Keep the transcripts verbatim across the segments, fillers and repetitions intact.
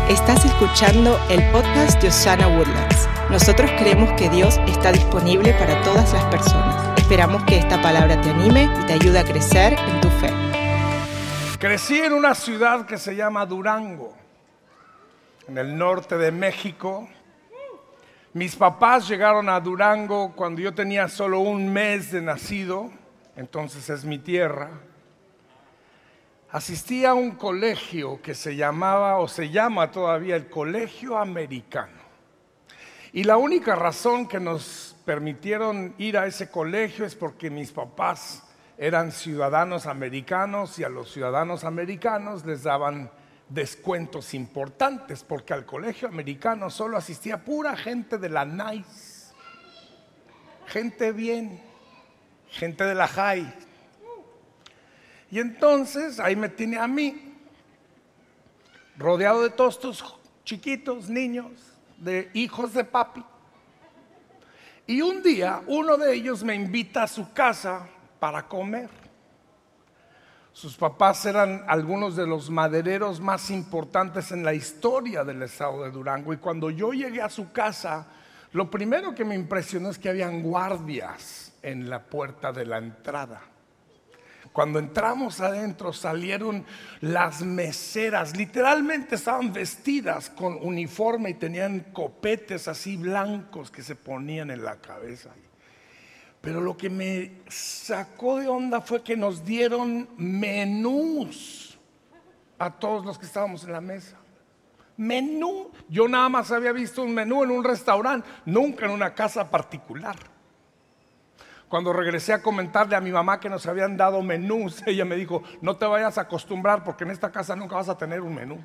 Estás escuchando el podcast de Osana Woodlands. Nosotros creemos que Dios está disponible para todas las personas. Esperamos que esta palabra te anime y te ayude a crecer en tu fe. Crecí en una ciudad que se llama Durango, en el norte de México. Mis papás llegaron a Durango cuando yo tenía solo un mes de nacido, entonces es mi tierra. Asistí a un colegio que se llamaba, o se llama todavía, el Colegio Americano. Y la única razón que nos permitieron ir a ese colegio es porque mis papás eran ciudadanos americanos y a los ciudadanos americanos les daban descuentos importantes, porque al Colegio Americano solo asistía pura gente de la nice, gente bien, gente de la high. Y entonces ahí me tiene a mí, rodeado de todos estos chiquitos niños, de hijos de papi. Y un día uno de ellos me invita a su casa para comer. Sus papás eran algunos de los madereros más importantes en la historia del estado de Durango. Y cuando yo llegué a su casa, lo primero que me impresionó es que habían guardias en la puerta de la entrada. Cuando entramos adentro salieron las meseras, literalmente estaban vestidas con uniforme y tenían copetes así blancos que se ponían en la cabeza. Pero lo que me sacó de onda fue que nos dieron menús a todos los que estábamos en la mesa. Menú. Yo nada más había visto un menú en un restaurante, nunca en una casa particular. Cuando regresé a comentarle a mi mamá que nos habían dado menús, ella me dijo: no te vayas a acostumbrar porque en esta casa nunca vas a tener un menú.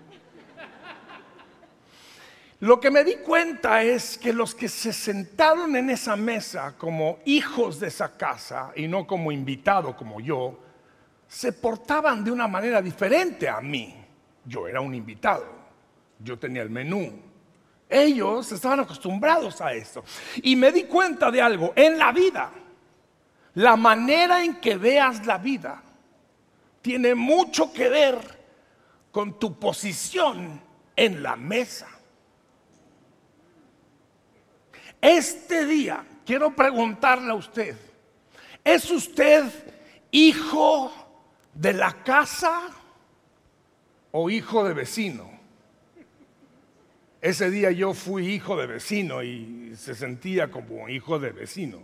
Lo que me di cuenta es que los que se sentaron en esa mesa como hijos de esa casa y no como invitado como yo, se portaban de una manera diferente a mí. Yo era un invitado, yo tenía el menú. Ellos estaban acostumbrados a esto. Y me di cuenta de algo: en la vida, la manera en que veas la vida tiene mucho que ver con tu posición en la mesa. Este día quiero preguntarle a usted: ¿es usted hijo de la casa o hijo de vecino? Ese día yo fui hijo de vecino y se sentía como hijo de vecino.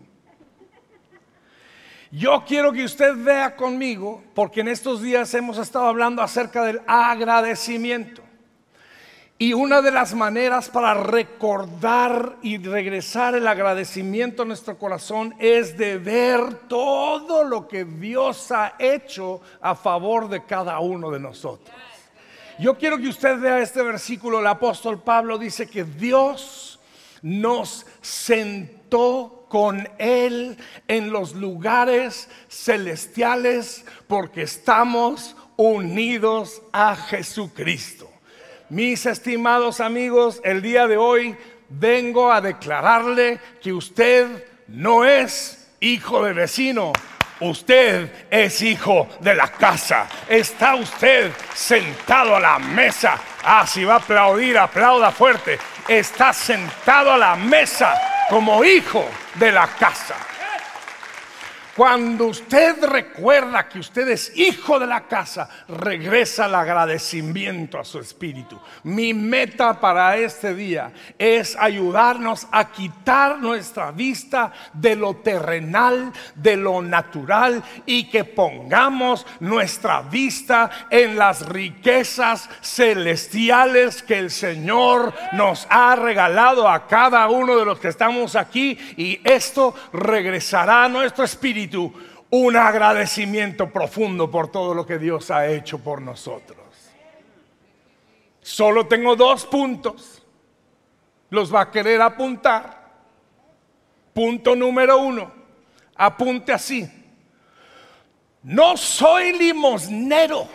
Yo quiero que usted vea conmigo, porque en estos días hemos estado hablando acerca del agradecimiento. Y una de las maneras para recordar y regresar el agradecimiento a nuestro corazón es de ver todo lo que Dios ha hecho a favor de cada uno de nosotros. Yo quiero que usted vea este versículo. El apóstol Pablo dice que Dios nos sentó con Él en los lugares celestiales porque estamos unidos a Jesucristo. Mis estimados amigos, el día de hoy vengo a declararle que usted no es hijo de vecino. Usted es hijo de la casa. Está usted sentado a la mesa. Ah, si va a aplaudir, aplauda fuerte. Está sentado a la mesa como hijo de la casa. Cuando usted recuerda que usted es hijo de la casa, regresa el agradecimiento a su espíritu. Mi meta para este día es ayudarnos a quitar nuestra vista de lo terrenal, de lo natural, y que pongamos nuestra vista en las riquezas celestiales que el Señor nos ha regalado a cada uno de los que estamos aquí, y esto regresará a nuestro espíritu un agradecimiento profundo por todo lo que Dios ha hecho por nosotros. Solo tengo dos puntos. Los va a querer apuntar. Punto número uno. Apunte así: no soy limosnero,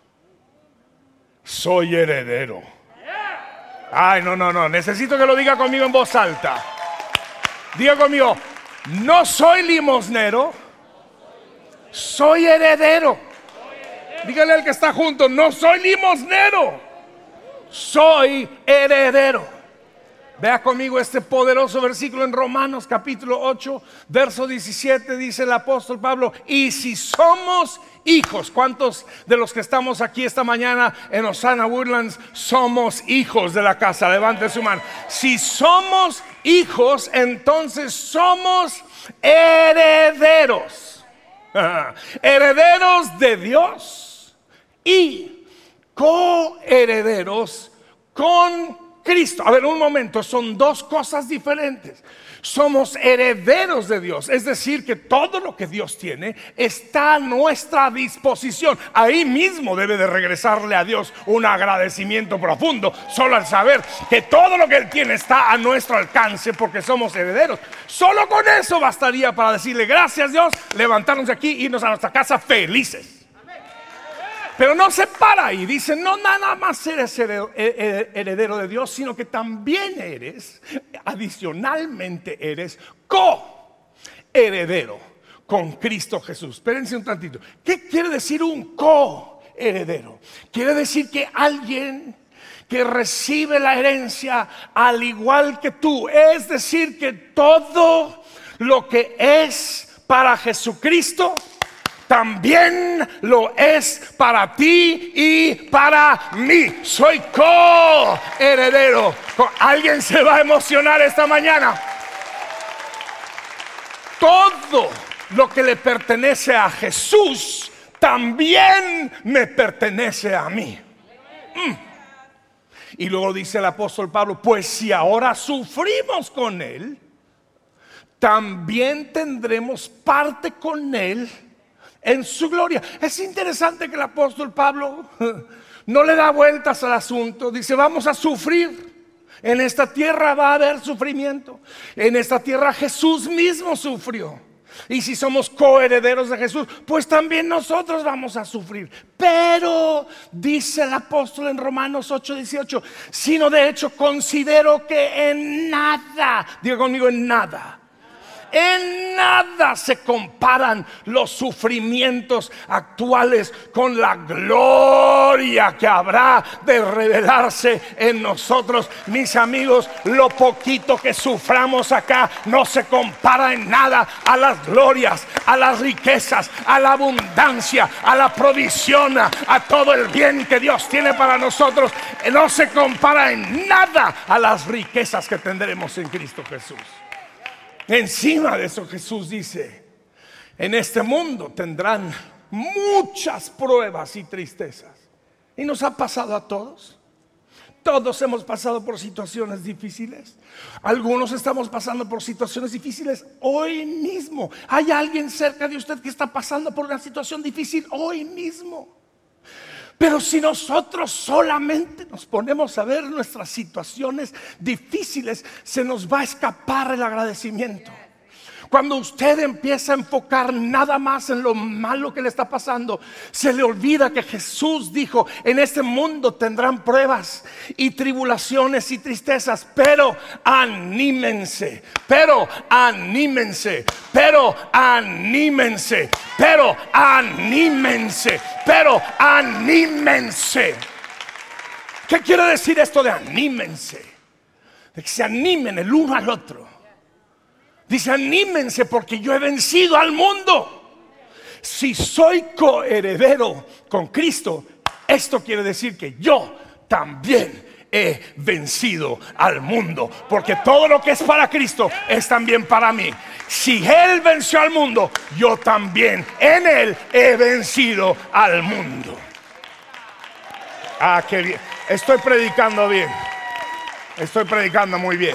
soy heredero. Ay, no, no, no. Necesito que lo diga conmigo en voz alta. Diga conmigo: no soy limosnero, soy heredero. Dígale al que está junto: no soy limosnero, soy heredero. Vea conmigo este poderoso versículo en Romanos capítulo ocho, verso diecisiete, dice el apóstol Pablo: y si somos hijos, ¿cuántos de los que estamos aquí esta mañana en Hosanna Woodlands somos hijos de la casa? Levante su mano. Si somos hijos, entonces somos herederos. Herederos de Dios y coherederos con Cristo. A ver, un momento, son dos cosas diferentes. Somos herederos de Dios, es decir, que todo lo que Dios tiene está a nuestra disposición. Ahí mismo debe de regresarle a Dios un agradecimiento profundo, solo al saber que todo lo que Él tiene está a nuestro alcance, porque somos herederos. Solo con eso bastaría para decirle gracias, Dios, levantarnos de aquí e irnos a nuestra casa felices. Pero no se para ahí, dice: no nada más eres heredero de Dios, sino que también eres, adicionalmente eres co-heredero con Cristo Jesús. Espérense un tantito. ¿Qué quiere decir un co-heredero? Quiere decir que alguien que recibe la herencia al igual que tú, es decir, que todo lo que es para Jesucristo también lo es para ti y para mí. Soy co-heredero. ¿Alguien se va a emocionar esta mañana? Todo lo que le pertenece a Jesús también me pertenece a mí. Mm. Y luego dice el apóstol Pablo: pues si ahora sufrimos con Él, también tendremos parte con Él en su gloria. Es interesante que el apóstol Pablo no le da vueltas al asunto. Dice: vamos a sufrir. En esta tierra va a haber sufrimiento. En esta tierra Jesús mismo sufrió. Y si somos coherederos de Jesús, pues también nosotros vamos a sufrir. Pero dice el apóstol en Romanos ocho dieciocho: sino de hecho considero que en nada, diga conmigo, en nada, en nada se comparan los sufrimientos actuales con la gloria que habrá de revelarse en nosotros. Mis amigos, lo poquito que suframos acá no se compara en nada a las glorias, a las riquezas, a la abundancia, a la provisión, a todo el bien que Dios tiene para nosotros. No se compara en nada a las riquezas que tendremos en Cristo Jesús. Encima de eso, Jesús dice: en este mundo tendrán muchas pruebas y tristezas. Y nos ha pasado a todos. Todos hemos pasado por situaciones difíciles. Algunos estamos pasando por situaciones difíciles hoy mismo. ¿Hay alguien cerca de usted que está pasando por una situación difícil hoy mismo? Pero si nosotros solamente nos ponemos a ver nuestras situaciones difíciles, se nos va a escapar el agradecimiento. Cuando usted empieza a enfocar nada más en lo malo que le está pasando, se le olvida que Jesús dijo: en este mundo tendrán pruebas y tribulaciones y tristezas, pero anímense, pero anímense, pero anímense, pero anímense, pero anímense. ¿Qué quiere decir esto de anímense? De que se animen el uno al otro. Dice: anímense porque yo he vencido al mundo. Si soy coheredero con Cristo, esto quiere decir que yo también he vencido al mundo, porque todo lo que es para Cristo es también para mí. Si Él venció al mundo, yo también en Él he vencido al mundo. Ah, qué bien. Estoy predicando bien. Estoy predicando muy bien.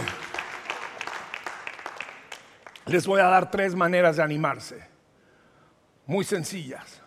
Les voy a dar tres maneras de animarse, muy sencillas.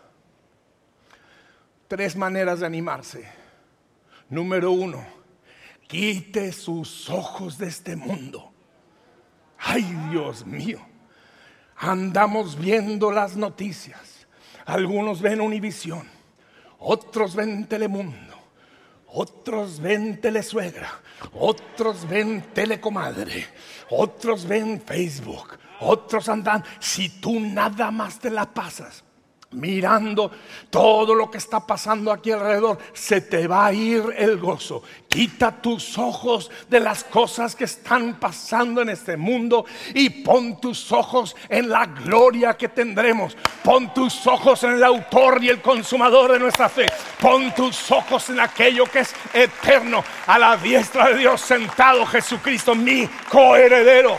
Tres maneras de animarse. Número uno: quite sus ojos de este mundo. Ay, Dios mío, andamos viendo las noticias. Algunos ven Univisión, otros ven Telemundo, otros ven Telesuegra, otros ven Telecomadre, otros ven Facebook, otros andan. Si tú nada más te la pasas mirando todo lo que está pasando aquí alrededor, se te va a ir el gozo. Quita tus ojos de las cosas que están pasando en este mundo y pon tus ojos en la gloria que tendremos. Pon tus ojos en el autor y el consumador de nuestra fe. Pon tus ojos en aquello que es eterno, a la diestra de Dios sentado Jesucristo, mi coheredero.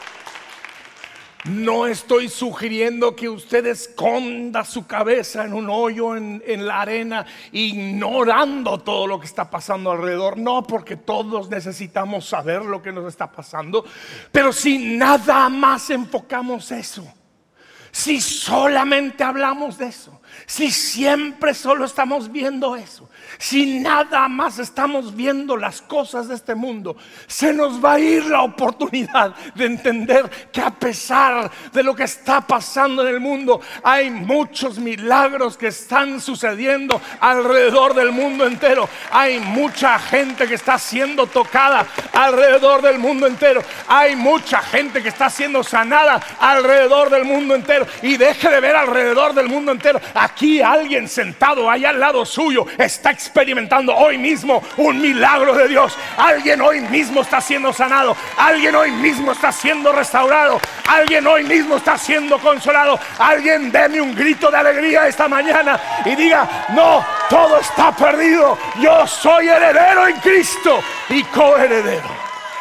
No estoy sugiriendo que usted esconda su cabeza en un hoyo en, en la arena, ignorando todo lo que está pasando alrededor. No, porque todos necesitamos saber lo que nos está pasando. Pero si nada más enfocamos eso, si solamente hablamos de eso, si siempre solo estamos viendo eso, si nada más estamos viendo las cosas de este mundo, se nos va a ir la oportunidad de entender que a pesar de lo que está pasando en el mundo, hay muchos milagros que están sucediendo alrededor del mundo entero. Hay mucha gente que está siendo tocada alrededor del mundo entero. Hay mucha gente que está siendo sanada alrededor del mundo entero. Y deje de ver alrededor del mundo entero. Aquí alguien sentado allá al lado suyo está experimentando hoy mismo un milagro de Dios. Alguien hoy mismo está siendo sanado. Alguien hoy mismo está siendo restaurado. Alguien hoy mismo está siendo consolado. Alguien deme un grito de alegría esta mañana y diga: no, todo está perdido. Yo soy heredero en Cristo y coheredero.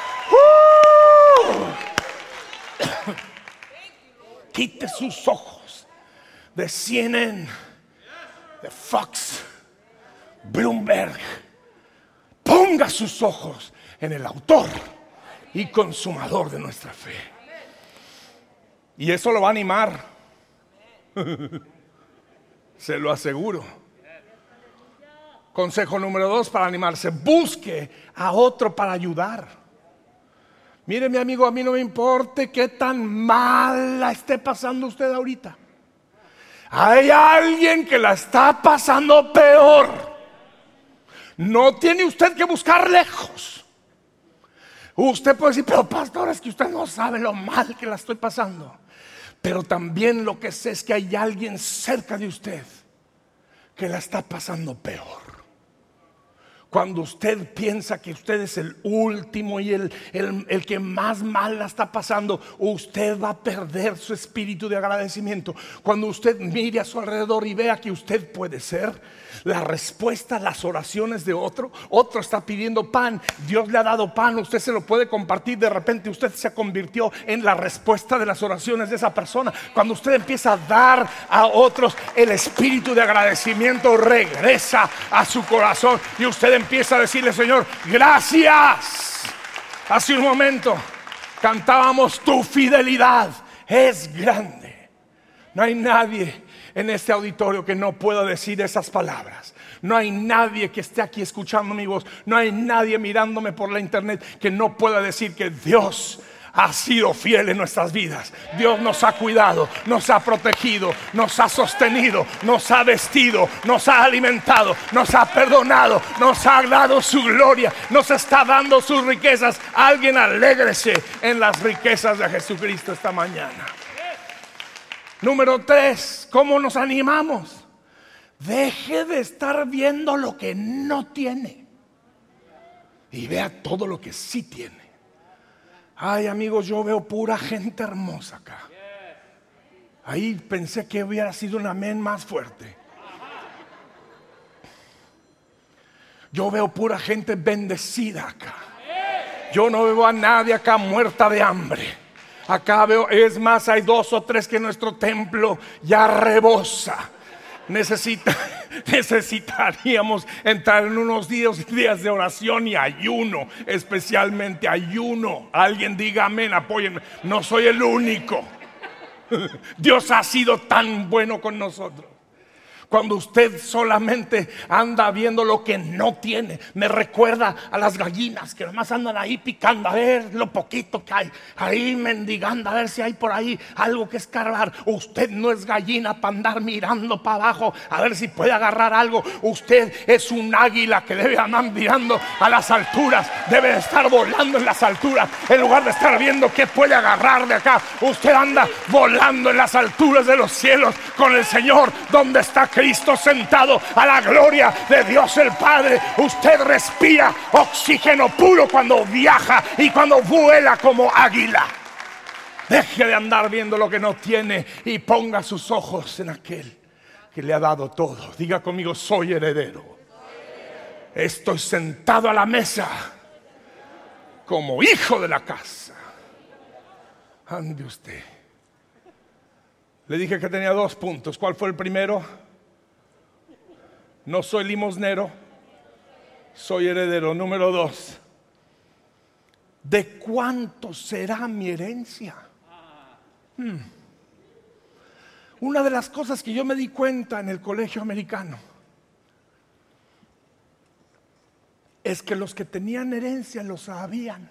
¡Uh! Quite sus ojos de C N N, de Fox, Bloomberg. Ponga sus ojos en el autor y consumador de nuestra fe. Y eso lo va a animar. Se lo aseguro. Consejo número dos para animarse: busque a otro para ayudar. Mire, mi amigo, a mí no me importa qué tan mal la esté pasando usted ahorita. Hay alguien que la está pasando peor. No tiene usted que buscar lejos. Usted puede decir: pero pastor, es que usted no sabe lo mal que la estoy pasando. Pero también lo que sé es que hay alguien cerca de usted que la está pasando peor. Cuando usted piensa que usted es el último y el, el, el que más mal la está pasando, usted va a perder su espíritu de agradecimiento. Cuando usted mire a su alrededor y vea que usted puede ser la respuesta a las oraciones de otro. Otro está pidiendo pan, Dios le ha dado pan, usted se lo puede compartir. De repente usted se convirtió en la respuesta de las oraciones de esa persona. Cuando usted empieza a dar a otros, el espíritu de agradecimiento regresa a su corazón y usted empieza a decirle: Señor, gracias. Hace un momento cantábamos: tu fidelidad es grande. No hay nadie en este auditorio que no pueda decir esas palabras. No hay nadie que esté aquí escuchando mi voz. No hay nadie mirándome por la internet que no pueda decir que Dios ha sido fiel en nuestras vidas. Dios nos ha cuidado, nos ha protegido, nos ha sostenido, nos ha vestido, nos ha alimentado, nos ha perdonado, nos ha dado su gloria, nos está dando sus riquezas. Alguien alégrese en las riquezas de Jesucristo esta mañana. Número tres, ¿cómo nos animamos? Deje de estar viendo lo que no tiene y vea todo lo que sí tiene. Ay, amigos, yo veo pura gente hermosa acá. Ahí pensé que hubiera sido un amén más fuerte. Yo veo pura gente bendecida acá. Yo no veo a nadie acá muerta de hambre. Acá veo, es más, hay dos o tres que nuestro templo ya rebosa. Necesita, necesitaríamos entrar en unos días, días de oración y ayuno, especialmente ayuno. Alguien diga amén, apóyenme. No soy el único. Dios ha sido tan bueno con nosotros. Cuando usted solamente anda viendo lo que no tiene. Me recuerda a las gallinas que nomás andan ahí picando a ver lo poquito que hay, ahí mendigando a ver si hay por ahí algo que escarbar. Usted no es gallina para andar mirando para abajo a ver si puede agarrar algo. Usted es un águila que debe andar mirando a las alturas, debe estar volando en las alturas en lugar de estar viendo qué puede agarrar de acá. Usted anda volando en las alturas de los cielos con el Señor, donde está Cristo sentado a la gloria de Dios el Padre. Usted respira oxígeno puro cuando viaja y cuando vuela como águila. Deje de andar viendo lo que no tiene y ponga sus ojos en aquel que le ha dado todo. Diga conmigo: soy heredero. Estoy sentado a la mesa como hijo de la casa. Ande usted. Le dije que tenía dos puntos. ¿Cuál fue el primero? No soy limosnero, soy heredero. Número dos, ¿de cuánto será mi herencia? Hmm. Una de las cosas que yo me di cuenta en el colegio americano es que los que tenían herencia lo sabían.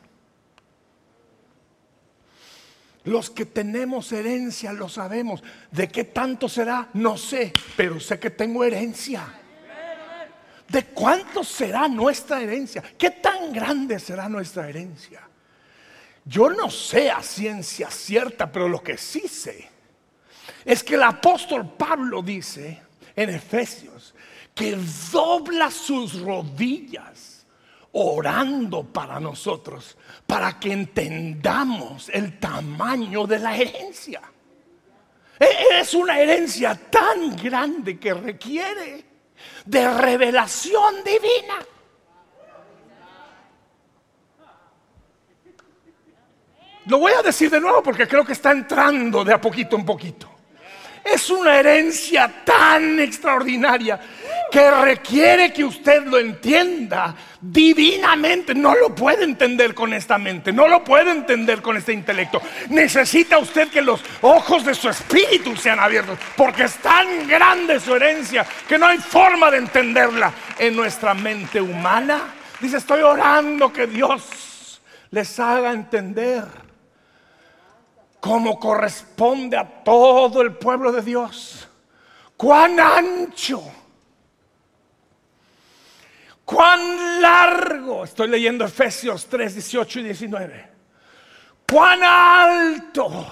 Los que tenemos herencia lo sabemos. ¿De qué tanto será? No sé, pero sé que tengo herencia. ¿De cuánto será nuestra herencia? ¿Qué tan grande será nuestra herencia? Yo no sé a ciencia cierta, pero lo que sí sé es que el apóstol Pablo dice en Efesios que dobla sus rodillas orando para nosotros, para que entendamos el tamaño de la herencia. Es una herencia tan grande que requiere de revelación divina. Lo voy a decir de nuevo porque creo que está entrando de a poquito en poquito. Es una herencia tan extraordinaria que requiere que usted lo entienda divinamente. No lo puede entender con esta mente, no lo puede entender con este intelecto. Necesita usted que los ojos de su espíritu sean abiertos, porque es tan grande su herencia que no hay forma de entenderla en nuestra mente humana. Dice: estoy orando que Dios les haga entender cómo corresponde a todo el pueblo de Dios, cuán ancho, cuán largo. Estoy leyendo Efesios tres, dieciocho y diecinueve. Cuán alto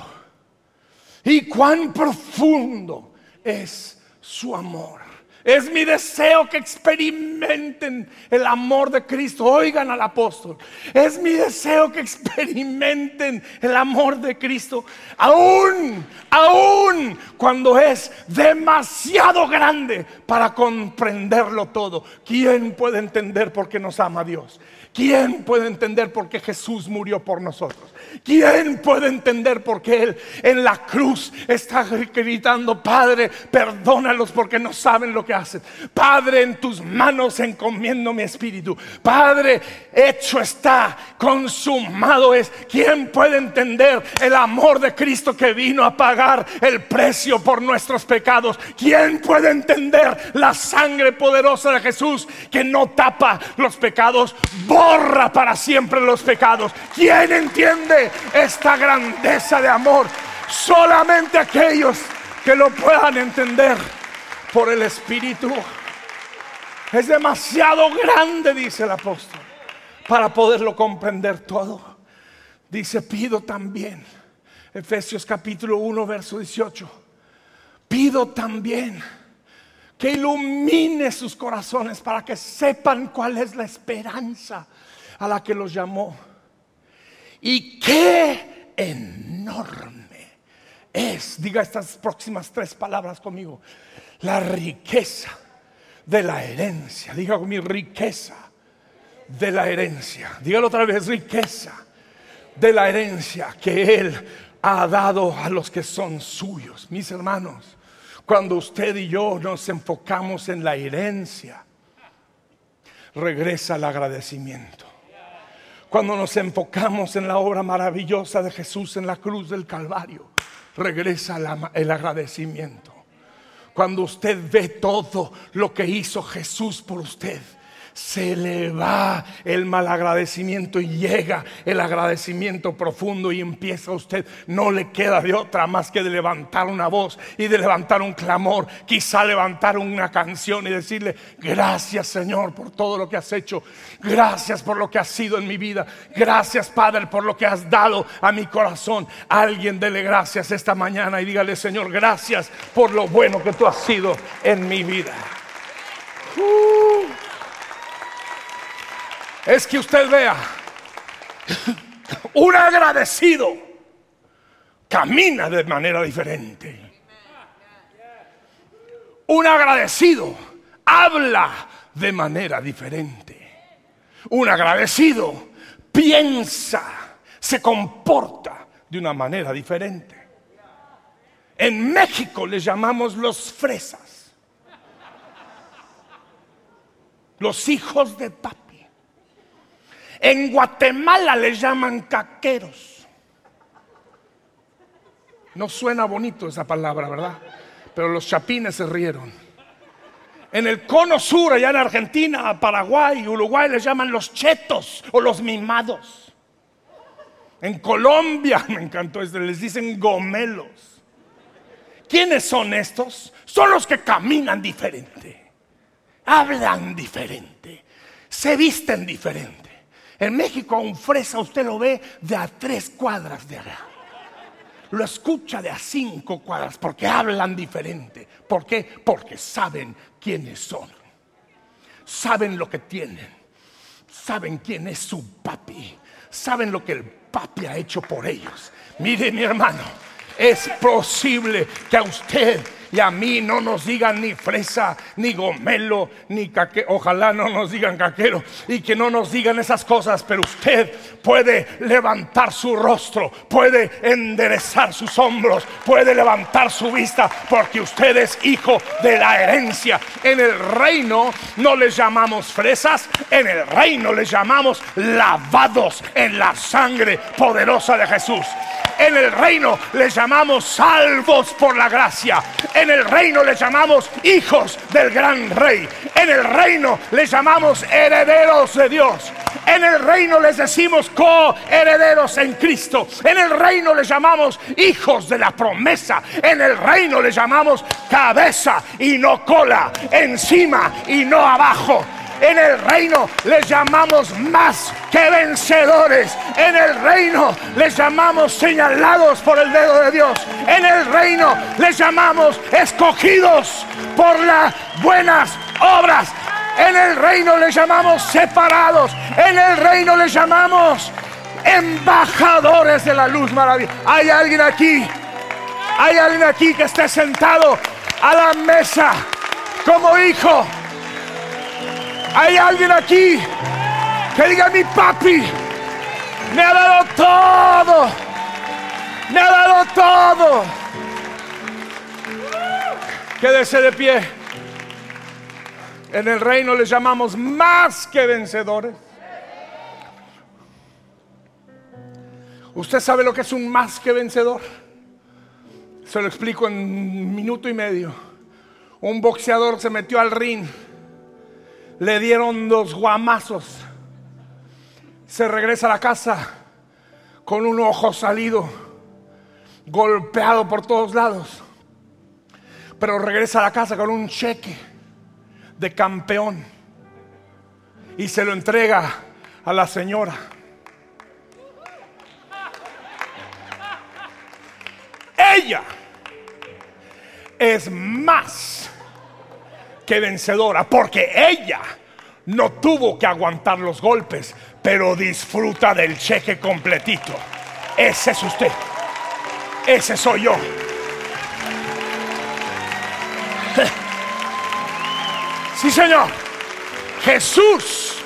y cuán profundo es su amor. Es mi deseo que experimenten el amor de Cristo. Oigan al apóstol. Es mi deseo que experimenten el amor de Cristo, aún, aún cuando es demasiado grande para comprenderlo todo. ¿Quién puede entender por qué nos ama Dios? ¿Quién puede entender por qué Jesús murió por nosotros? ¿Quién puede entender por qué Él en la cruz está gritando: Padre, perdónalos porque no saben lo que hacen? Padre, en tus manos encomiendo mi espíritu. Padre, hecho está, consumado es. ¿Quién puede entender el amor de Cristo que vino a pagar el precio por nuestros pecados? ¿Quién puede entender la sangre poderosa de Jesús que no tapa los pecados, borra para siempre los pecados? ¿Quién entiende esta grandeza de amor? Solamente aquellos que lo puedan entender por el Espíritu. Es demasiado grande, dice el apóstol, para poderlo comprender todo. Dice: pido también, Efesios capítulo uno, verso dieciocho, pido también que ilumine sus corazones para que sepan cuál es la esperanza a la que los llamó, y qué enorme es, diga estas próximas tres palabras conmigo, la riqueza de la herencia. Diga conmigo: riqueza de la herencia. Dígalo otra vez: riqueza de la herencia que Él ha dado a los que son suyos. Mis hermanos, cuando usted y yo nos enfocamos en la herencia, regresa el agradecimiento. Cuando nos enfocamos en la obra maravillosa de Jesús en la cruz del Calvario, regresa la, el agradecimiento. Cuando usted ve todo lo que hizo Jesús por usted, se le va el malagradecimiento y llega el agradecimiento profundo, y empieza usted, no le queda de otra más que de levantar una voz y de levantar un clamor, quizá levantar una canción y decirle: gracias, Señor, por todo lo que has hecho, gracias por lo que has sido en mi vida, gracias, Padre, por lo que has dado a mi corazón. Alguien dele gracias esta mañana y dígale: Señor, gracias por lo bueno que tú has sido en mi vida. uh. Es que usted vea, un agradecido camina de manera diferente. Un agradecido habla de manera diferente. Un agradecido piensa, se comporta de una manera diferente. En México le llamamos los fresas, los hijos de papi. En Guatemala le llaman caqueros. No suena bonito esa palabra, ¿verdad? Pero los chapines se rieron. En el cono sur, allá en Argentina, Paraguay, Uruguay, le llaman los chetos o los mimados. En Colombia, me encantó esto, les dicen gomelos. ¿Quiénes son estos? Son los que caminan diferente, hablan diferente, se visten diferente. En México a un fresa usted lo ve de a tres cuadras de allá. Lo escucha de a cinco cuadras porque hablan diferente. ¿Por qué? Porque saben quiénes son. Saben lo que tienen. Saben quién es su papi. Saben lo que el papi ha hecho por ellos. Mire, mi hermano, es posible que a usted y a mí no nos digan ni fresa, ni gomelo, ni caquero. Ojalá no nos digan caquero y que no nos digan esas cosas. Pero usted puede levantar su rostro, puede enderezar sus hombros, puede levantar su vista, porque usted es hijo de la herencia. En el reino no les llamamos fresas, en el reino les llamamos lavados en la sangre poderosa de Jesús. En el reino les llamamos salvos por la gracia. En el reino les llamamos hijos del gran rey. En el reino les llamamos herederos de Dios. En el reino les decimos coherederos en Cristo. En el reino les llamamos hijos de la promesa. En el reino les llamamos cabeza y no cola, encima y no abajo. En el reino les llamamos más que vencedores. En el reino les llamamos señalados por el dedo de Dios. En el reino les llamamos escogidos por las buenas obras. En el reino les llamamos separados. En el reino les llamamos embajadores de la luz maravillosa. Hay alguien aquí, hay alguien aquí que esté sentado a la mesa como hijo. Hay alguien aquí que diga: mi papi me ha dado todo, me ha dado todo. Quédese de pie. En el reino les llamamos más que vencedores. ¿Usted sabe lo que es un más que vencedor? Se lo explico en un minuto y medio. Un boxeador se metió al ring. Le dieron dos guamazos. Se regresa a la casa con un ojo salido, golpeado por todos lados. Pero regresa a la casa con un cheque de campeón y se lo entrega a la señora. Ella es más que vencedora, porque ella no tuvo que aguantar los golpes, pero disfruta del cheque completito. Ese es usted, ese soy yo. Sí, Señor. Jesús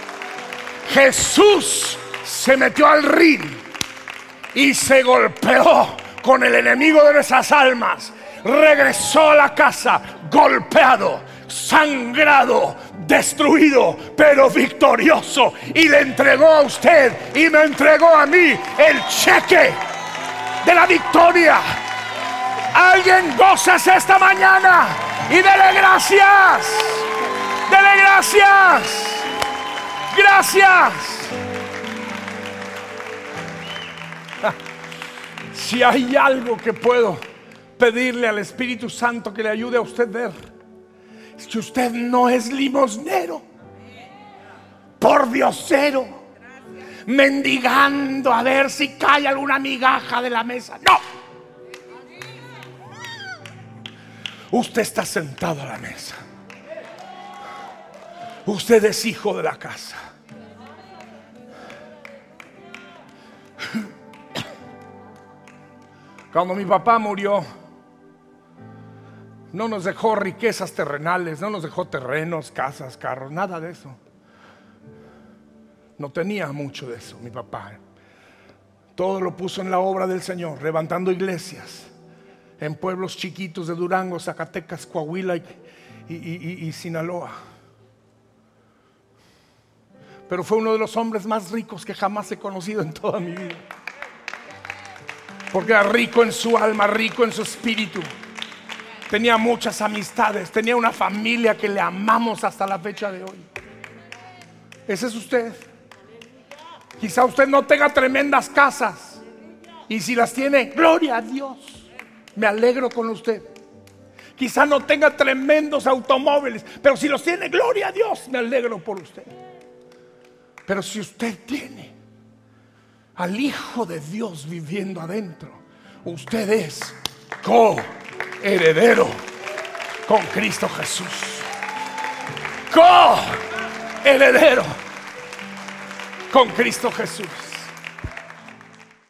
Jesús se metió al ring y se golpeó con el enemigo de nuestras almas. Regresó a la casa golpeado, sangrado, destruido, pero victorioso, y le entregó a usted y me entregó a mí el cheque de la victoria, Alguien gózase esta mañana y dele gracias. Dele gracias. Gracias. Si hay algo que puedo pedirle al Espíritu Santo que le ayude a usted a ver, es que usted no es limosnero, pordiosero, mendigando a ver si cae alguna migaja de la mesa. No. Usted está sentado a la mesa. Usted es hijo de la casa. Cuando mi papá murió, no nos dejó riquezas terrenales, no nos dejó terrenos, casas, carros, nada de eso. No tenía mucho de eso mi papá. Todo lo puso en la obra del Señor, levantando iglesias en pueblos chiquitos de Durango, Zacatecas, Coahuila y, y, y, y Sinaloa. Pero fue uno de los hombres más ricos que jamás he conocido en toda mi vida. Porque era rico en su alma, rico en su espíritu. Tenía muchas amistades, tenía una familia que le amamos hasta la fecha de hoy. Ese es usted. Quizá usted no tenga tremendas casas, y si las tiene, gloria a Dios, me alegro con usted. Quizá no tenga tremendos automóviles, pero si los tiene, gloria a Dios, me alegro por usted. Pero si usted tiene al Hijo de Dios viviendo adentro, usted es coheredero con Cristo Jesús. Coheredero con Cristo Jesús.